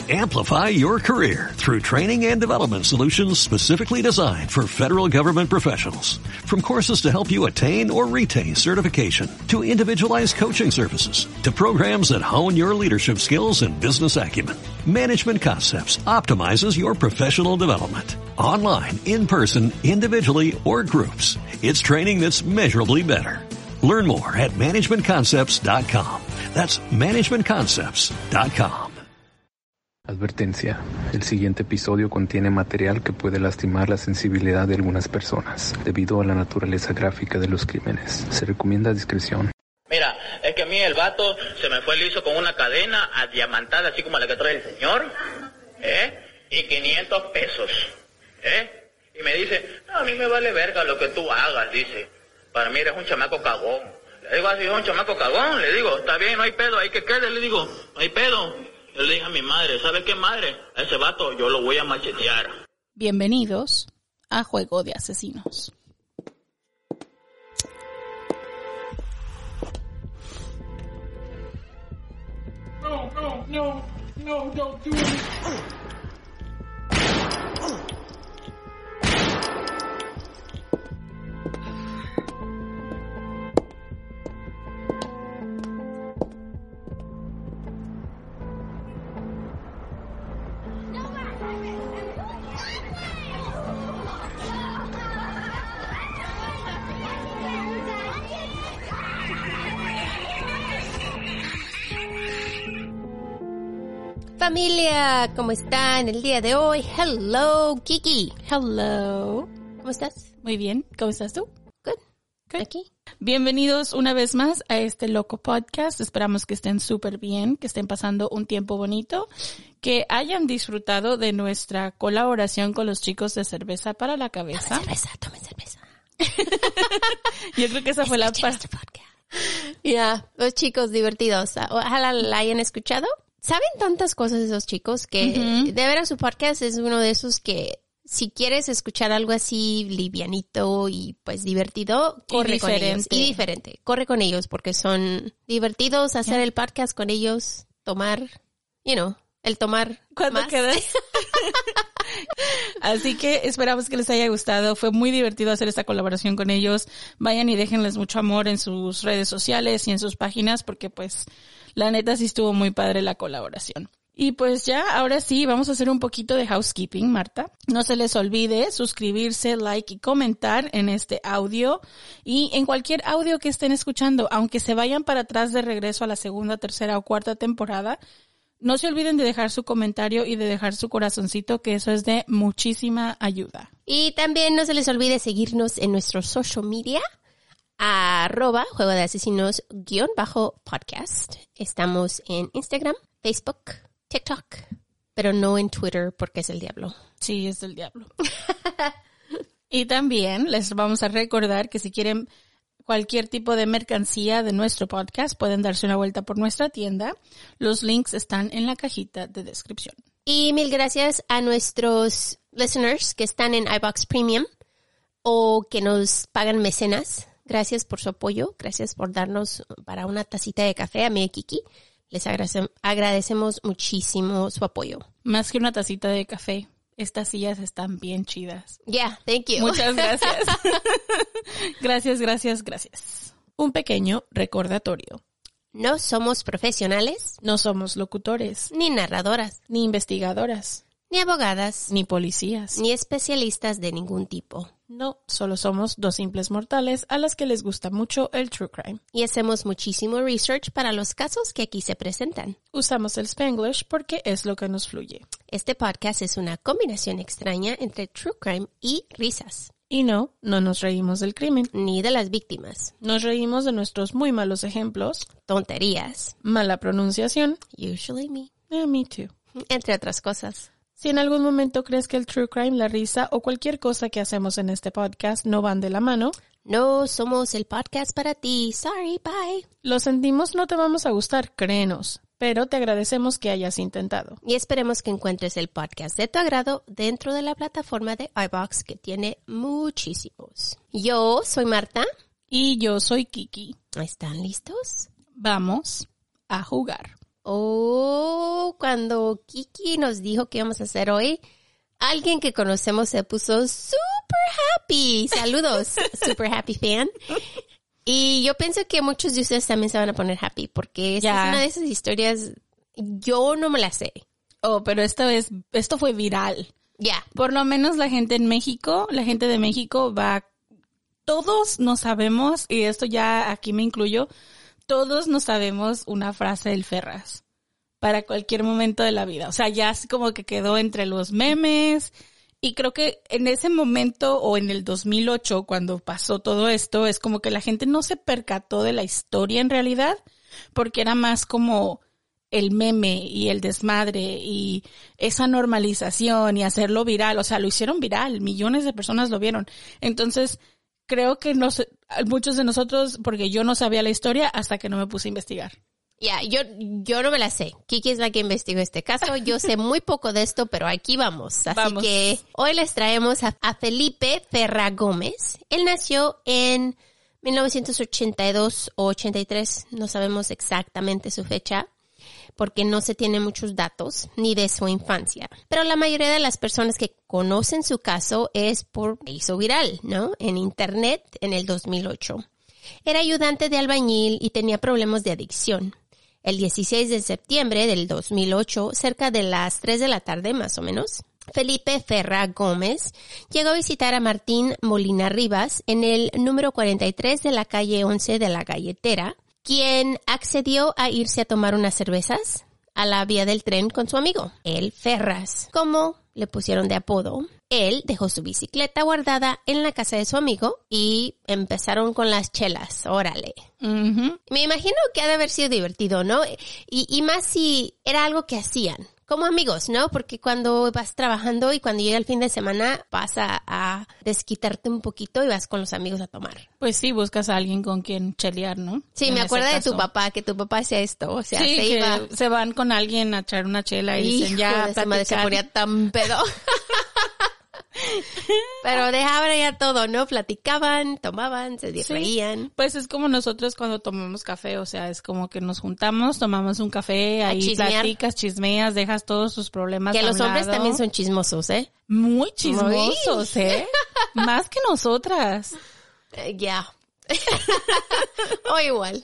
Amplify your career through training and development solutions specifically designed for federal government professionals. From courses to help you attain or retain certification, to individualized coaching services, to programs that hone your leadership skills and business acumen, Management Concepts optimizes your professional development. Online, in person, individually, or groups, it's training that's measurably better. Learn more at managementconcepts.com. That's managementconcepts.com. Advertencia: el siguiente episodio contiene material que puede lastimar la sensibilidad de algunas personas debido a la naturaleza gráfica de los crímenes. Se recomienda discreción. Mira, es que a mí el vato se me fue liso con una cadena adiamantada así como la que trae el señor, y 500 pesos, y me dice, no, a mí me vale verga lo que tú hagas, dice, para mí eres un chamaco cagón. Le digo, así es un chamaco cagón, le digo, está bien, no hay pedo, hay que quede, le digo, no hay pedo. Yo le dije a mi madre, ¿sabe qué madre? A ese vato yo lo voy a machetear. Bienvenidos a Juego de Asesinos. No, don't do it. Familia, ¿cómo están el día de hoy? Hello, Kiki. Hello. ¿Cómo estás? Muy bien. ¿Cómo estás tú? Good. Good. Aquí. Bienvenidos una vez más a este loco podcast. Esperamos que estén súper bien, que estén pasando un tiempo bonito, que hayan disfrutado de nuestra colaboración con los chicos de Cerveza para la Cabeza. Tomen cerveza. Yo creo que esa fue la parte. Ya, los chicos divertidos. Ojalá la hayan escuchado. ¿Saben tantas cosas esos chicos que de veras su podcast es uno de esos que si quieres escuchar algo así livianito y pues divertido, corre con ellos. Y diferente. Corre con ellos porque son divertidos hacer el podcast con ellos, tomar, el tomar ¿Cuándo más. quedas? Así que esperamos que les haya gustado. Fue muy divertido hacer esta colaboración con ellos. Vayan y déjenles mucho amor en sus redes sociales y en sus páginas porque pues la neta sí estuvo muy padre la colaboración. Y pues ya, ahora sí, vamos a hacer un poquito de housekeeping, Marta. No se les olvide suscribirse, like y comentar en este audio y en cualquier audio que estén escuchando, aunque se vayan para atrás de regreso a la segunda, tercera o cuarta temporada. No se olviden de dejar su comentario y de dejar su corazoncito, que eso es de muchísima ayuda. Y también no se les olvide seguirnos en nuestro social media, @Juego de Asesinos _podcast. Estamos en Instagram, Facebook, TikTok, pero no en Twitter porque es el diablo. Sí, es del diablo. Y también les vamos a recordar que si quieren cualquier tipo de mercancía de nuestro podcast, pueden darse una vuelta por nuestra tienda. Los links están en la cajita de descripción. Y mil gracias a nuestros listeners que están en iBox Premium o que nos pagan mecenas. Gracias por su apoyo. Gracias por darnos para una tacita de café a mí y Kiki. Les agradecemos muchísimo su apoyo. Más que una tacita de café, estas sillas están bien chidas. Yeah, thank you. Muchas gracias. Gracias. Un pequeño recordatorio. No somos profesionales, No somos locutores, ni narradoras, ni investigadoras, ni abogadas, ni policías. ni especialistas de ningún tipo. No, solo somos dos simples mortales a las que les gusta mucho el true crime. Y hacemos muchísimo research para los casos que aquí se presentan. Usamos el Spanglish porque es lo que nos fluye. Este podcast es una combinación extraña entre true crime y risas, Y no nos reímos del crimen. ni de las víctimas, Nos reímos de nuestros muy malos ejemplos, tonterías, mala pronunciación, usually me, me too. entre otras cosas. Si en algún momento crees que el true crime, la risa o cualquier cosa que hacemos en este podcast no van de la mano, No somos el podcast para ti. Sorry, bye. lo sentimos, no te vamos a gustar, créenos, pero te agradecemos que hayas intentado. Y esperemos que encuentres el podcast de tu agrado dentro de la plataforma de iVoox que tiene muchísimos. Yo soy Marta. Y yo soy Kiki. ¿Están listos? Vamos a jugar. cuando Kiki nos dijo que íbamos a hacer hoy, alguien que conocemos se puso super happy. Saludos, super happy fan. Y yo pienso que muchos de ustedes también se van a poner happy porque esta es una de esas historias, yo no me la sé. Oh, pero esto fue viral. Ya. Por lo menos la gente de México todos nos sabemos, y esto ya aquí me incluyo, todos nos sabemos una frase del Ferraz para cualquier momento de la vida. O sea, ya así como que quedó entre los memes. Y creo que en ese momento o en el 2008, cuando pasó todo esto, es como que la gente no se percató de la historia en realidad, porque era más como el meme y el desmadre y esa normalización y hacerlo viral. O sea, lo hicieron viral, millones de personas lo vieron. Entonces, creo que muchos de nosotros, porque yo no sabía la historia hasta que no me puse a investigar. Ya, yo no me la sé. Kiki es la que investigó este caso. Yo sé muy poco de esto, pero aquí vamos. Así que hoy les traemos a Felipe Ferra Gómez. Él nació en 1982 o 83. No sabemos exactamente su fecha porque no se tienen muchos datos ni de su infancia. Pero la mayoría de las personas que conocen su caso es por hizo viral, ¿no? En internet en el 2008. Era ayudante de albañil y tenía problemas de adicción. El 16 de septiembre del 2008, cerca de las 3 de la tarde más o menos, Felipe Ferra Gómez llegó a visitar a Martín Molina Rivas en el número 43 de la calle 11 de La Galletera, quien accedió a irse a tomar unas cervezas a la vía del tren con su amigo, el Ferraz, como le pusieron de apodo. Él dejó su bicicleta guardada en la casa de su amigo y empezaron con las chelas. Órale. Uh-huh. Me imagino que ha de haber sido divertido, ¿no? Y más si era algo que hacían. Como amigos, ¿no? Porque cuando vas trabajando y cuando llega el fin de semana vas a desquitarte un poquito y vas con los amigos a tomar. Pues sí, buscas a alguien con quien chelear, ¿no? Sí, me acuerdo de tu papá, que tu papá hacía esto. O sea, sí, se van con alguien a echar una chela y dicen ya, se ponía tan pedo. Pero dejaban ya todo, ¿no? Platicaban, tomaban, se reían. Pues es como nosotros cuando tomamos café, o sea, es como que nos juntamos, tomamos un café, ahí platicas, chismeas, dejas todos sus problemas a un lado. Que los hombres también son chismosos, ¿eh? Muy chismosos, ¿eh? Más que nosotras. Ya. O igual.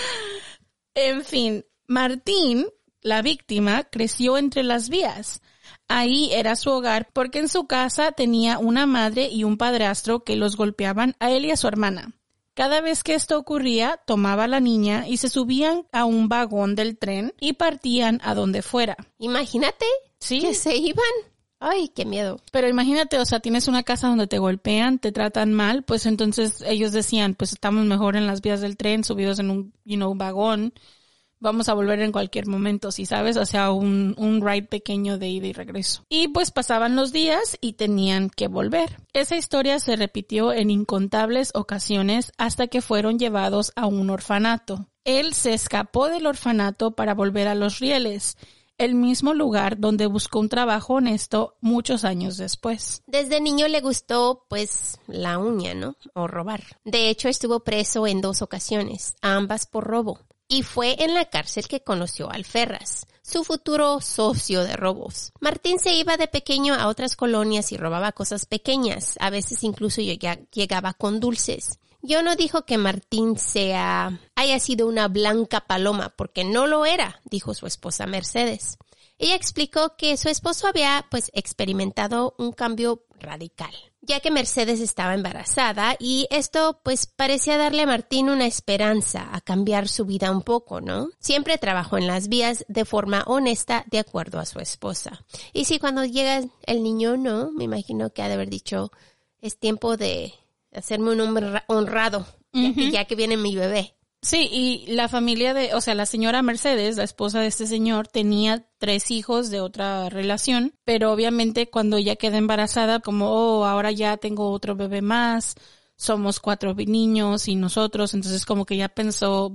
En fin, Martín, la víctima, creció entre las vías. Ahí era su hogar porque en su casa tenía una madre y un padrastro que los golpeaban a él y a su hermana. Cada vez que esto ocurría, tomaba a la niña y se subían a un vagón del tren y partían a donde fuera. Imagínate que se iban. Ay, qué miedo. Pero imagínate, o sea, tienes una casa donde te golpean, te tratan mal, pues entonces ellos decían, pues estamos mejor en las vías del tren, subidos en un vagón. Vamos a volver en cualquier momento, si sabes, o sea, un ride pequeño de ida y regreso. Y pues pasaban los días y tenían que volver. Esa historia se repitió en incontables ocasiones hasta que fueron llevados a un orfanato. Él se escapó del orfanato para volver a Los Rieles, el mismo lugar donde buscó un trabajo honesto muchos años después. Desde niño le gustó, pues, la uña, ¿no? O robar. De hecho, estuvo preso en 2 ocasiones, ambas por robo. Y fue en la cárcel que conoció al Ferraz, su futuro socio de robos. Martín se iba de pequeño a otras colonias y robaba cosas pequeñas, a veces incluso llegaba con dulces. Yo no digo que Martín haya sido una blanca paloma, porque no lo era, dijo su esposa Mercedes. Ella explicó que su esposo había, pues, experimentado un cambio radical, ya que Mercedes estaba embarazada y esto, pues, parecía darle a Martín una esperanza a cambiar su vida un poco, ¿no? Siempre trabajó en las vías de forma honesta, de acuerdo a su esposa. Y sí, cuando llega el niño, ¿no? Me imagino que ha de haber dicho, es tiempo de hacerme un hombre honrado, ya que viene mi bebé. Sí, y la familia la señora Mercedes, la esposa de este señor, tenía 3 hijos de otra relación, pero obviamente cuando ella queda embarazada, como, ahora ya tengo otro bebé más, somos 4 niños y nosotros, entonces como que ya pensó, bueno,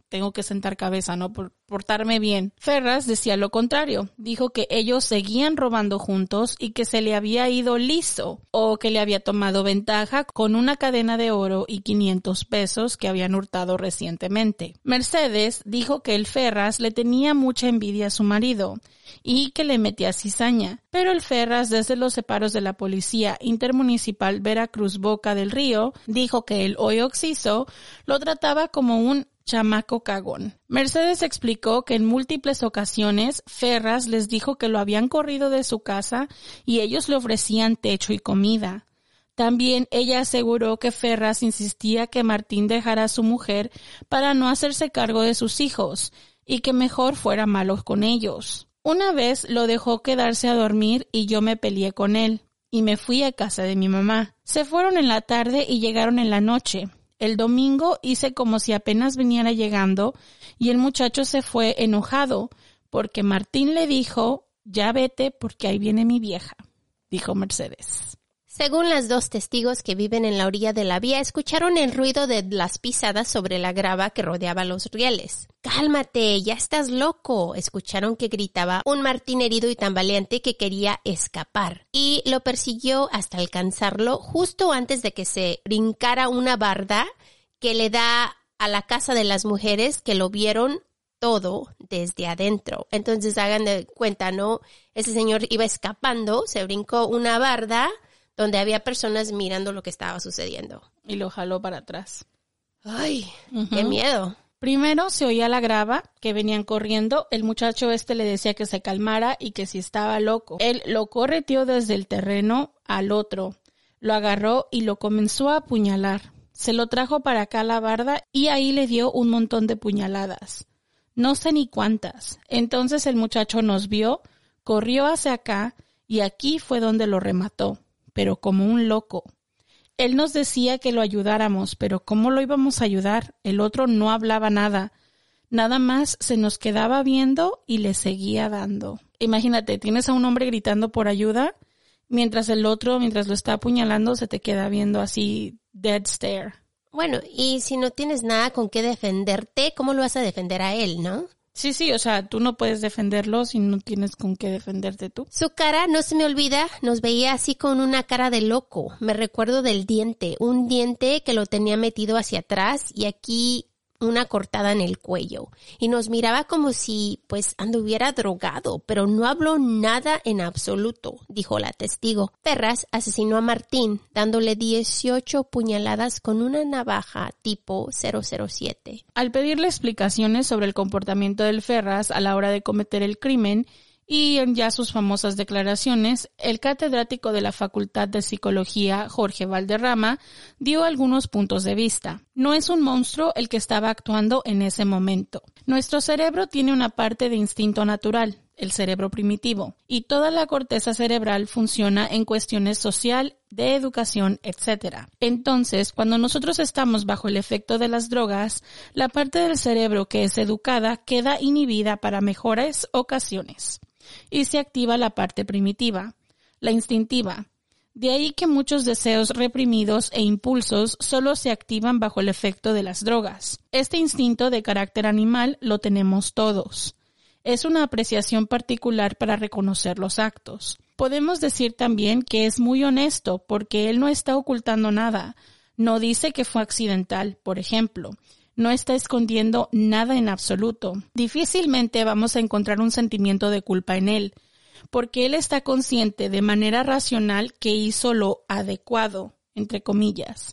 tengo que sentar cabeza, ¿no? Por portarme bien. Ferraz decía lo contrario. Dijo que ellos seguían robando juntos y que se le había ido liso o que le había tomado ventaja con una cadena de oro y 500 pesos que habían hurtado recientemente. Mercedes dijo que el Ferraz le tenía mucha envidia a su marido y que le metía cizaña. Pero el Ferraz, desde los separos de la Policía Intermunicipal Veracruz Boca del Río, dijo que el hoy occiso lo trataba como un chamaco cagón. Mercedes explicó que en múltiples ocasiones Ferraz les dijo que lo habían corrido de su casa y ellos le ofrecían techo y comida. También ella aseguró que Ferraz insistía que Martín dejara a su mujer para no hacerse cargo de sus hijos y que mejor fuera malo con ellos. Una vez lo dejó quedarse a dormir y yo me peleé con él y me fui a casa de mi mamá. Se fueron en la tarde y llegaron en la noche. El domingo hice como si apenas viniera llegando y el muchacho se fue enojado porque Martín le dijo, ya vete porque ahí viene mi vieja, dijo Mercedes. Según las dos testigos que viven en la orilla de la vía, escucharon el ruido de las pisadas sobre la grava que rodeaba los rieles. ¡Cálmate! ¡Ya estás loco! Escucharon que gritaba un Martín herido y tambaleante que quería escapar. Y lo persiguió hasta alcanzarlo justo antes de que se brincara una barda que le da a la casa de las mujeres que lo vieron todo desde adentro. Entonces hagan de cuenta, ¿no? Ese señor iba escapando, se brincó una barda donde había personas mirando lo que estaba sucediendo. Y lo jaló para atrás. ¡Ay! ¡Qué miedo! Primero se oía la grava, que venían corriendo. El muchacho le decía que se calmara y que si estaba loco. Él lo correteó desde el terreno al otro. Lo agarró y lo comenzó a apuñalar. Se lo trajo para acá a la barda y ahí le dio un montón de puñaladas. No sé ni cuántas. Entonces el muchacho nos vio, corrió hacia acá y aquí fue donde lo remató. Pero como un loco. Él nos decía que lo ayudáramos, pero ¿cómo lo íbamos a ayudar? El otro no hablaba nada. Nada más se nos quedaba viendo y le seguía dando. Imagínate, tienes a un hombre gritando por ayuda, mientras el otro, mientras lo está apuñalando, se te queda viendo así, dead stare. Bueno, y si no tienes nada con qué defenderte, ¿cómo lo vas a defender a él, no? Sí, o sea, tú no puedes defenderlo si no tienes con qué defenderte tú. Su cara, no se me olvida, nos veía así con una cara de loco. Me recuerdo del diente, un diente que lo tenía metido hacia atrás y aquí una cortada en el cuello. Y nos miraba como si, pues, anduviera drogado, pero no habló nada en absoluto, dijo la testigo. Ferraz asesinó a Martín, dándole 18 puñaladas con una navaja tipo 007. Al pedirle explicaciones sobre el comportamiento del Ferraz a la hora de cometer el crimen, y en ya sus famosas declaraciones, el catedrático de la Facultad de Psicología, Jorge Valderrama, dio algunos puntos de vista. No es un monstruo el que estaba actuando en ese momento. Nuestro cerebro tiene una parte de instinto natural, el cerebro primitivo, y toda la corteza cerebral funciona en cuestiones social, de educación, etc. Entonces, cuando nosotros estamos bajo el efecto de las drogas, la parte del cerebro que es educada queda inhibida para mejores ocasiones. Y se activa la parte primitiva, la instintiva. De ahí que muchos deseos reprimidos e impulsos solo se activan bajo el efecto de las drogas. Este instinto de carácter animal lo tenemos todos. Es una apreciación particular para reconocer los actos. Podemos decir también que es muy honesto porque él no está ocultando nada. No dice que fue accidental, por ejemplo. No está escondiendo nada en absoluto. Difícilmente vamos a encontrar un sentimiento de culpa en él, porque él está consciente de manera racional que hizo lo adecuado, entre comillas.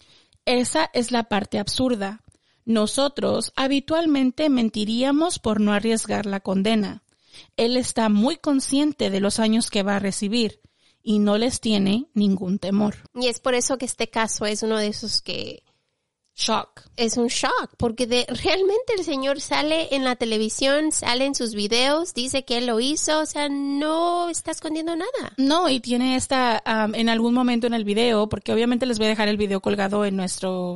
Esa es la parte absurda. Nosotros habitualmente mentiríamos por no arriesgar la condena. Él está muy consciente de los años que va a recibir y no les tiene ningún temor. Y es por eso que este caso es uno de esos que... Shock. Es un shock, porque realmente el señor sale en la televisión, sale en sus videos, dice que él lo hizo, o sea, no está escondiendo nada. No, y tiene en algún momento en el video, porque obviamente les voy a dejar el video colgado en nuestro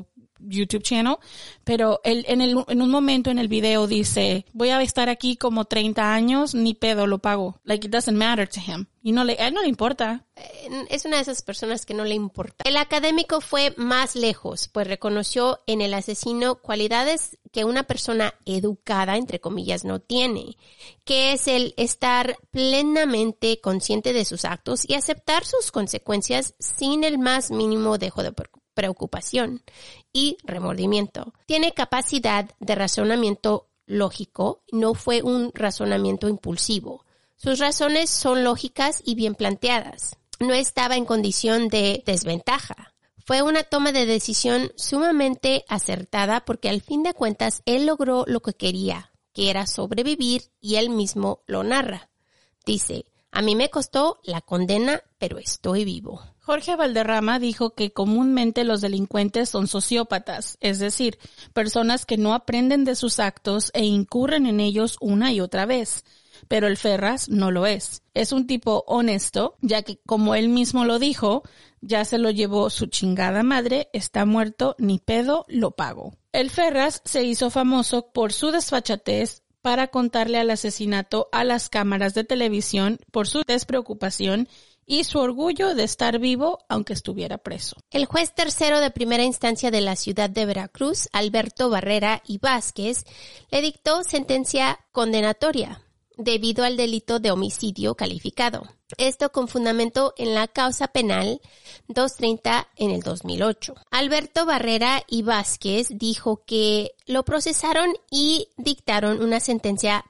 YouTube channel, pero él en un momento en el video dice, voy a estar aquí como 30 años, ni pedo lo pago. Like, it doesn't matter to him. Y a él no le importa. Es una de esas personas que no le importa. El académico fue más lejos, pues reconoció en el asesino cualidades que una persona educada, entre comillas, no tiene, que es el estar plenamente consciente de sus actos y aceptar sus consecuencias sin el más mínimo dejo de preocupación y remordimiento. Tiene capacidad de razonamiento lógico, no fue un razonamiento impulsivo. Sus razones son lógicas y bien planteadas. No estaba en condición de desventaja. Fue una toma de decisión sumamente acertada porque al fin de cuentas él logró lo que quería, que era sobrevivir, y él mismo lo narra. Dice, a mí me costó la condena, pero estoy vivo. Jorge Valderrama dijo que comúnmente los delincuentes son sociópatas, es decir, personas que no aprenden de sus actos e incurren en ellos una y otra vez. Pero el Ferraz no lo es. Es un tipo honesto, ya que, como él mismo lo dijo, ya se lo llevó su chingada madre, está muerto, ni pedo, lo pago. El Ferraz se hizo famoso por su desfachatez para contarle al asesinato a las cámaras de televisión, por su despreocupación y su orgullo de estar vivo aunque estuviera preso. El juez tercero de primera instancia de la ciudad de Veracruz, Alberto Barrera y Vázquez, le dictó sentencia condenatoria debido al delito de homicidio calificado. Esto con fundamento en la causa penal 230 en el 2008. Alberto Barrera y Vázquez dijo que lo procesaron y dictaron una sentencia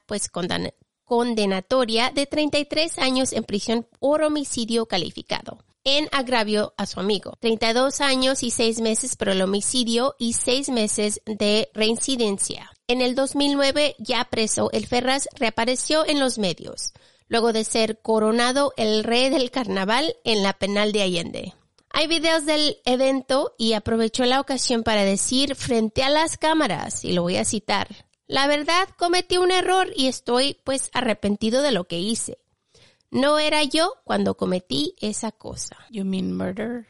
condenatoria de 33 años en prisión por homicidio calificado, en agravio a su amigo. 32 años y 6 meses por el homicidio y 6 meses de reincidencia. En el 2009, ya preso, el Ferraz reapareció en los medios, luego de ser coronado el rey del carnaval en la penal de Allende. Hay videos del evento y aprovechó la ocasión para decir frente a las cámaras, y lo voy a citar, la verdad, cometí un error y estoy arrepentido de lo que hice. No era yo cuando cometí esa cosa. You mean murder?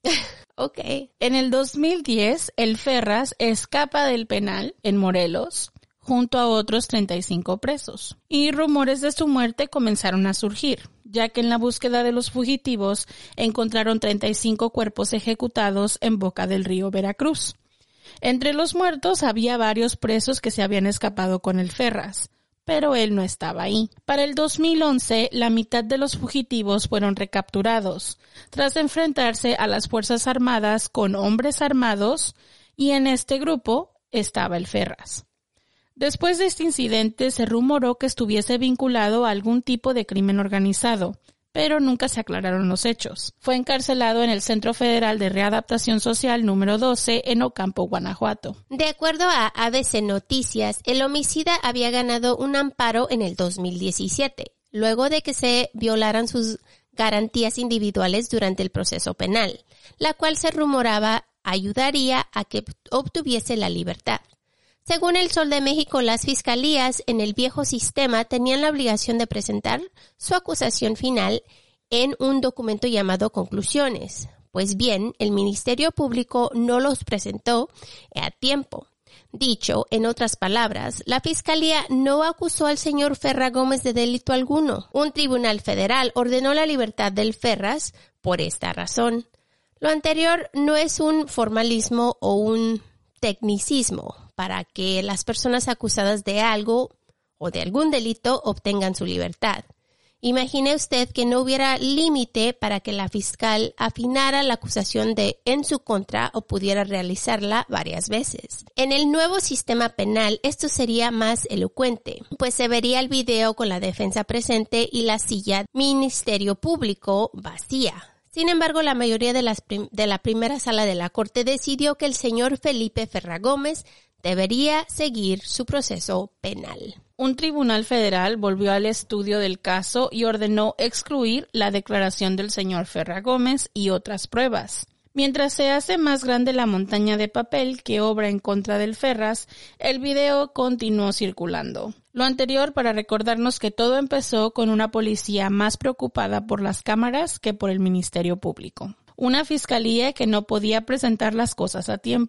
Ok. En el 2010, el Ferraz escapa del penal en Morelos junto a otros 35 presos. Y rumores de su muerte comenzaron a surgir, ya que en la búsqueda de los fugitivos encontraron 35 cuerpos ejecutados en boca del río Veracruz. Entre los muertos había varios presos que se habían escapado con el Ferraz, pero él no estaba ahí. Para el 2011, la mitad de los fugitivos fueron recapturados, tras enfrentarse a las Fuerzas Armadas con hombres armados, y en este grupo estaba el Ferraz. Después de este incidente, se rumoró que estuviese vinculado a algún tipo de crimen organizado, pero nunca se aclararon los hechos. Fue encarcelado en el Centro Federal de Readaptación Social número 12 en Ocampo, Guanajuato. De acuerdo a ABC Noticias, el homicida había ganado un amparo en el 2017, luego de que se violaran sus garantías individuales durante el proceso penal, la cual se rumoraba ayudaría a que obtuviese la libertad. Según el Sol de México, las fiscalías en el viejo sistema tenían la obligación de presentar su acusación final en un documento llamado conclusiones. Pues bien, el Ministerio Público no los presentó a tiempo. Dicho en otras palabras, la fiscalía no acusó al señor Ferra Gómez de delito alguno. Un tribunal federal ordenó la libertad del Ferraz por esta razón. Lo anterior no es un formalismo o un tecnicismo para que las personas acusadas de algo o de algún delito obtengan su libertad. Imagine usted que no hubiera límite para que la fiscal afinara la acusación en su contra o pudiera realizarla varias veces. En el nuevo sistema penal esto sería más elocuente, pues se vería el video con la defensa presente y la silla Ministerio Público vacía. Sin embargo, la mayoría de la primera sala de la Corte decidió que el señor Felipe Ferra Gómez debería seguir su proceso penal. Un tribunal federal volvió al estudio del caso y ordenó excluir la declaración del señor Ferra Gómez y otras pruebas. Mientras se hace más grande la montaña de papel que obra en contra del Ferraz, el video continuó circulando. Lo anterior para recordarnos que todo empezó con una policía más preocupada por las cámaras que por el Ministerio Público. Una fiscalía que no podía presentar las cosas a tiempo.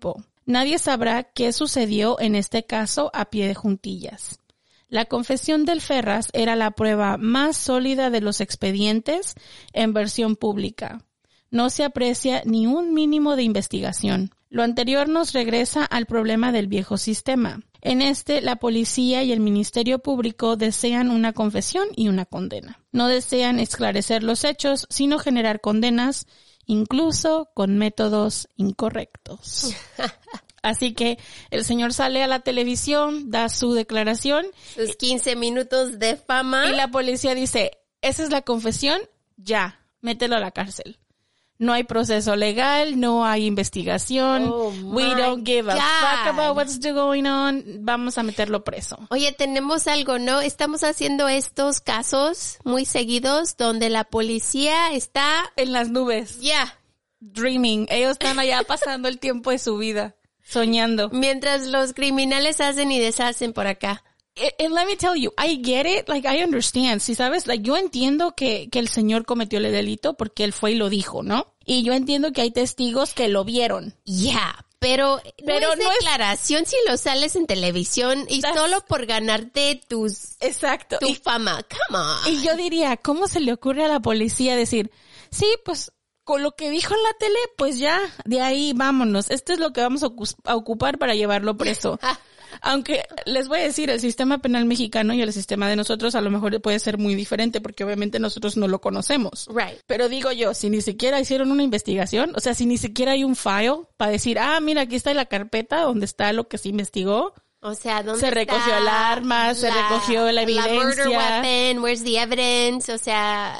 Nadie sabrá qué sucedió en este caso a pie de juntillas. La confesión del Ferraz era la prueba más sólida de los expedientes en versión pública. No se aprecia ni un mínimo de investigación. Lo anterior nos regresa al problema del viejo sistema. En la policía y el Ministerio Público desean una confesión y una condena. No desean esclarecer los hechos, sino generar condenas, incluso con métodos incorrectos. Así que el señor sale a la televisión, da su declaración. Sus 15 minutos de fama. Y la policía dice, esa es la confesión, ya, mételo a la cárcel. No hay proceso legal, no hay investigación. Oh, We don't give a fuck about what's going on. Vamos a meterlo preso. Oye, tenemos algo, ¿no? Estamos haciendo estos casos muy seguidos donde la policía está en las nubes. Ya. Dreaming. Ellos están allá pasando el tiempo de su vida. Soñando. Mientras los criminales hacen y deshacen por acá. And let me tell you, I get it, like I understand, si sabes, like yo entiendo que el señor cometió el delito porque él fue y lo dijo, ¿no? Y yo entiendo que hay testigos que lo vieron. Ya, pero no es declaración si lo sales en televisión y solo por ganarte tu fama, come on. Y yo diría, ¿cómo se le ocurre a la policía decir, sí, pues con lo que dijo en la tele, pues ya, de ahí vámonos, esto es lo que vamos a ocupar para llevarlo preso? Aunque les voy a decir, el sistema penal mexicano y el sistema de nosotros a lo mejor puede ser muy diferente porque obviamente nosotros no lo conocemos. Right. Pero digo yo, si ni siquiera hicieron una investigación, o sea, si ni siquiera hay un file para decir, mira, aquí está la carpeta donde está lo que se investigó. O sea, ¿dónde se recogió el arma, se recogió la evidencia. La murder weapon, where's the evidence? O sea,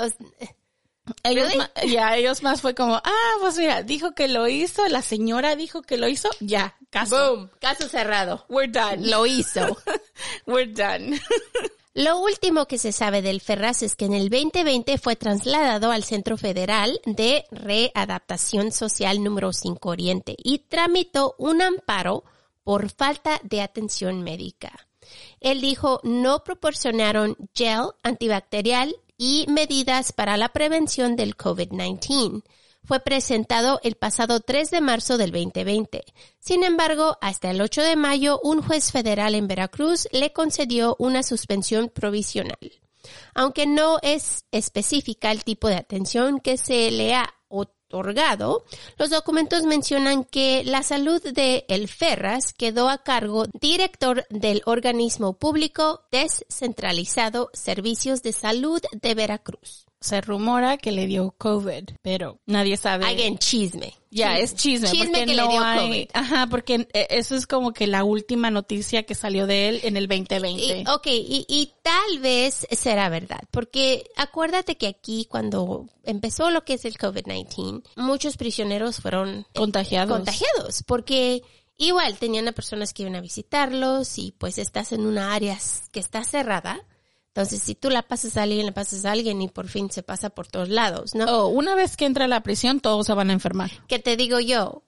ellos más fue como, pues mira, dijo que lo hizo, la señora dijo que lo hizo, ya, caso. Boom, caso cerrado. We're done. Lo hizo. We're done. Lo último que se sabe del Ferraz es que en el 2020 fue trasladado al Centro Federal de Readaptación Social número 5 Oriente y tramitó un amparo por falta de atención médica. Él dijo, no proporcionaron gel antibacterial y medidas para la prevención del COVID-19. Fue presentado el pasado 3 de marzo del 2020. Sin embargo, hasta el 8 de mayo, un juez federal en Veracruz le concedió una suspensión provisional. Aunque no es específica el tipo de atención que se le ha otorgado, los documentos mencionan que la salud de El Ferraz quedó a cargo director del organismo público descentralizado Servicios de Salud de Veracruz. Se rumora que le dio COVID, pero nadie sabe. Again, chisme. Ya, es chisme. Chisme que le dio COVID. Ajá, porque eso es como que la última noticia que salió de él en el 2020. Y tal vez será verdad, porque acuérdate que aquí cuando empezó lo que es el COVID-19, muchos prisioneros fueron contagiados, porque igual tenían a personas que iban a visitarlos y pues estás en una área que está cerrada. Entonces, si tú la pasas a alguien y por fin se pasa por todos lados, ¿no? Una vez que entra a la prisión, todos se van a enfermar. ¿Qué te digo yo?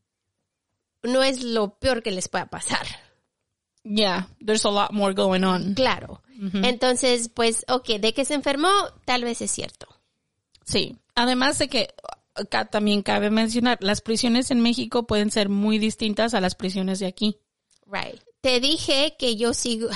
No es lo peor que les pueda pasar. Yeah, there's a lot more going on. Claro. Uh-huh. Entonces, pues, de que se enfermó, tal vez es cierto. Sí. Además de que también cabe mencionar, las prisiones en México pueden ser muy distintas a las prisiones de aquí. Right. Te dije que yo sigo...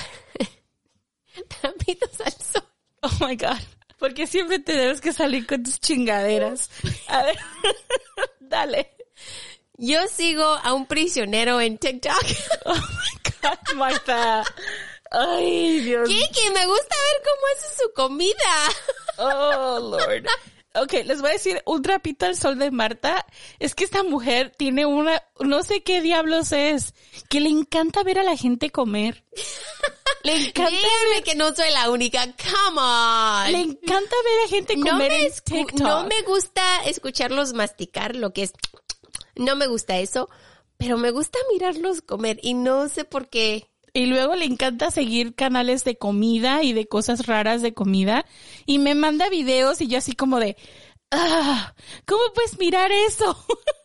Trapitos al sol. Oh my God. Porque siempre te debes que salir con tus chingaderas. A ver, dale. Yo sigo a un prisionero en TikTok. Oh my God, Marta. Ay, Dios. Que me gusta ver cómo hace su comida. Oh, Lord. Okay, les voy a decir un trapito al sol de Marta. Es que esta mujer tiene no sé qué diablos es, que le encanta ver a la gente comer. Le encanta ver que no soy la única. Come on. Le encanta ver a gente comer en TikTok. No me gusta escucharlos masticar, no me gusta eso, pero me gusta mirarlos comer y no sé por qué. Y luego le encanta seguir canales de comida y de cosas raras de comida. Y me manda videos y yo así como de, ¿cómo puedes mirar eso?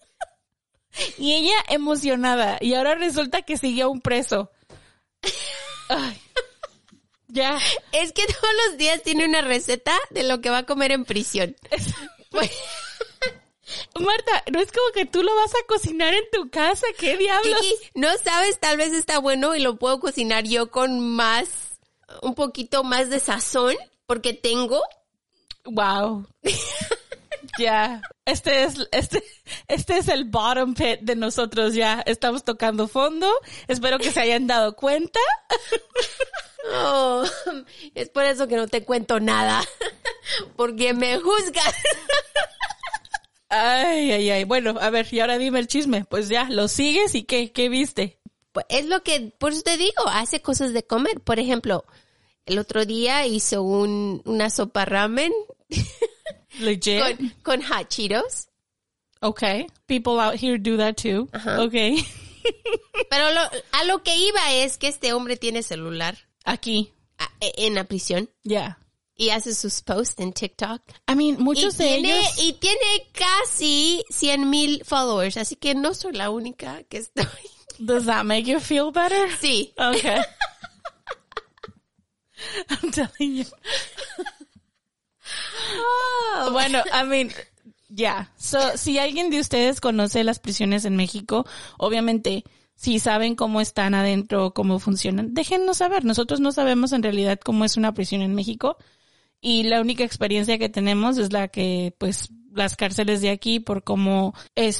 Y ella emocionada. Y ahora resulta que sigue a un preso. Ay. Ya. Es que todos los días tiene una receta de lo que va a comer en prisión. Marta, no es como que tú lo vas a cocinar en tu casa. ¿Qué diablos? Kiki, no sabes, tal vez está bueno y lo puedo cocinar yo con un poquito más de sazón, porque tengo. Wow. Ya. Este es el bottom pit de nosotros ya. Estamos tocando fondo. Espero que se hayan dado cuenta. Oh, es por eso que no te cuento nada. Porque me juzgas. Ay. Bueno, a ver, y ahora dime el chisme. Pues ya, ¿lo sigues y qué viste? Pues es lo que, por eso te digo, hace cosas de comer. Por ejemplo, el otro día hizo una sopa ramen. Legit. Con hot Cheetos. Okay. People out here do that too. Ajá. Okay. Pero a lo que iba es que este hombre tiene celular. Aquí. En la prisión. Yeah. Y hace sus posts en TikTok. I mean, muchos de ellos. Y tiene casi 100,000 followers. Así que no soy la única que estoy. Does that make you feel better? Sí. Okay. I'm telling you. Oh. Bueno, I mean, yeah. So, si alguien de ustedes conoce las prisiones en México, obviamente, si saben cómo están adentro, cómo funcionan, déjennos saber. Nosotros no sabemos en realidad cómo es una prisión en México. Y la única experiencia que tenemos es la que, pues, las cárceles de aquí, por cómo,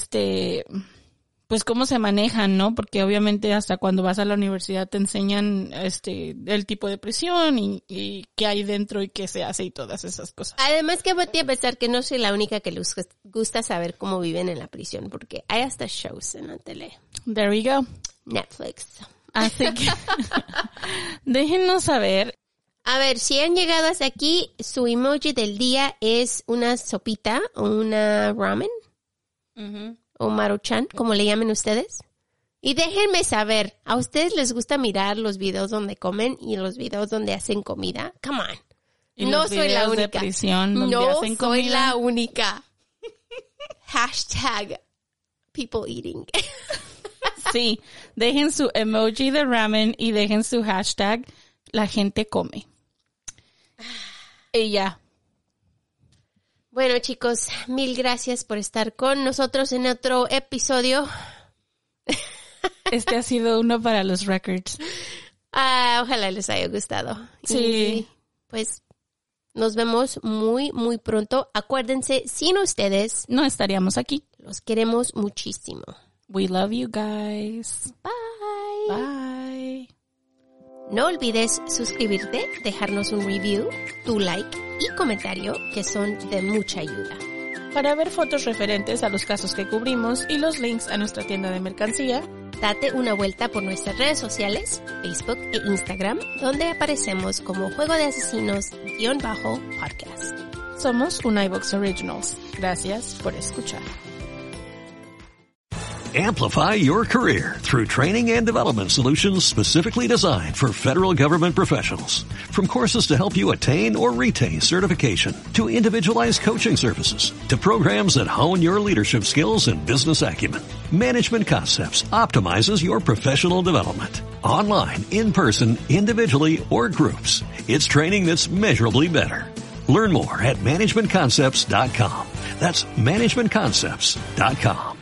pues cómo se manejan, ¿no? Porque obviamente hasta cuando vas a la universidad te enseñan, el tipo de prisión y qué hay dentro y qué se hace y todas esas cosas. Además que voy a pensar que no soy la única que les gusta saber cómo viven en la prisión, porque hay hasta shows en la tele. There we go. Netflix. Así que, déjennos saber. A ver, si han llegado hasta aquí, su emoji del día es una sopita o una ramen. O maruchan, como le llamen ustedes. Y déjenme saber, ¿a ustedes les gusta mirar los videos donde comen y los videos donde hacen comida? Come on. Y no los soy la videos de única. prisión donde No hacen soy comida. la única. Hashtag people eating. Sí, dejen su emoji de ramen y dejen su hashtag la gente come. Y ya. Bueno, chicos, mil gracias por estar con nosotros en otro episodio. Este ha sido uno para los records. Ojalá les haya gustado. Sí. Y, pues nos vemos muy, muy pronto. Acuérdense, sin ustedes No estaríamos aquí. los queremos muchísimo. We love you guys. Bye. Bye. No olvides suscribirte, dejarnos un review, tu like y comentario que son de mucha ayuda. Para ver fotos referentes a los casos que cubrimos y los links a nuestra tienda de mercancía, Date una vuelta por nuestras redes sociales, Facebook e Instagram, donde aparecemos como Juego de Asesinos_podcast. somos un iVox Originals. Gracias por escuchar. Amplify your career through training and development solutions specifically designed for federal government professionals. From courses to help you attain or retain certification, to individualized coaching services, to programs that hone your leadership skills and business acumen, Management Concepts optimizes your professional development. Online, in person, individually, or groups, it's training that's measurably better. Learn more at managementconcepts.com. That's managementconcepts.com.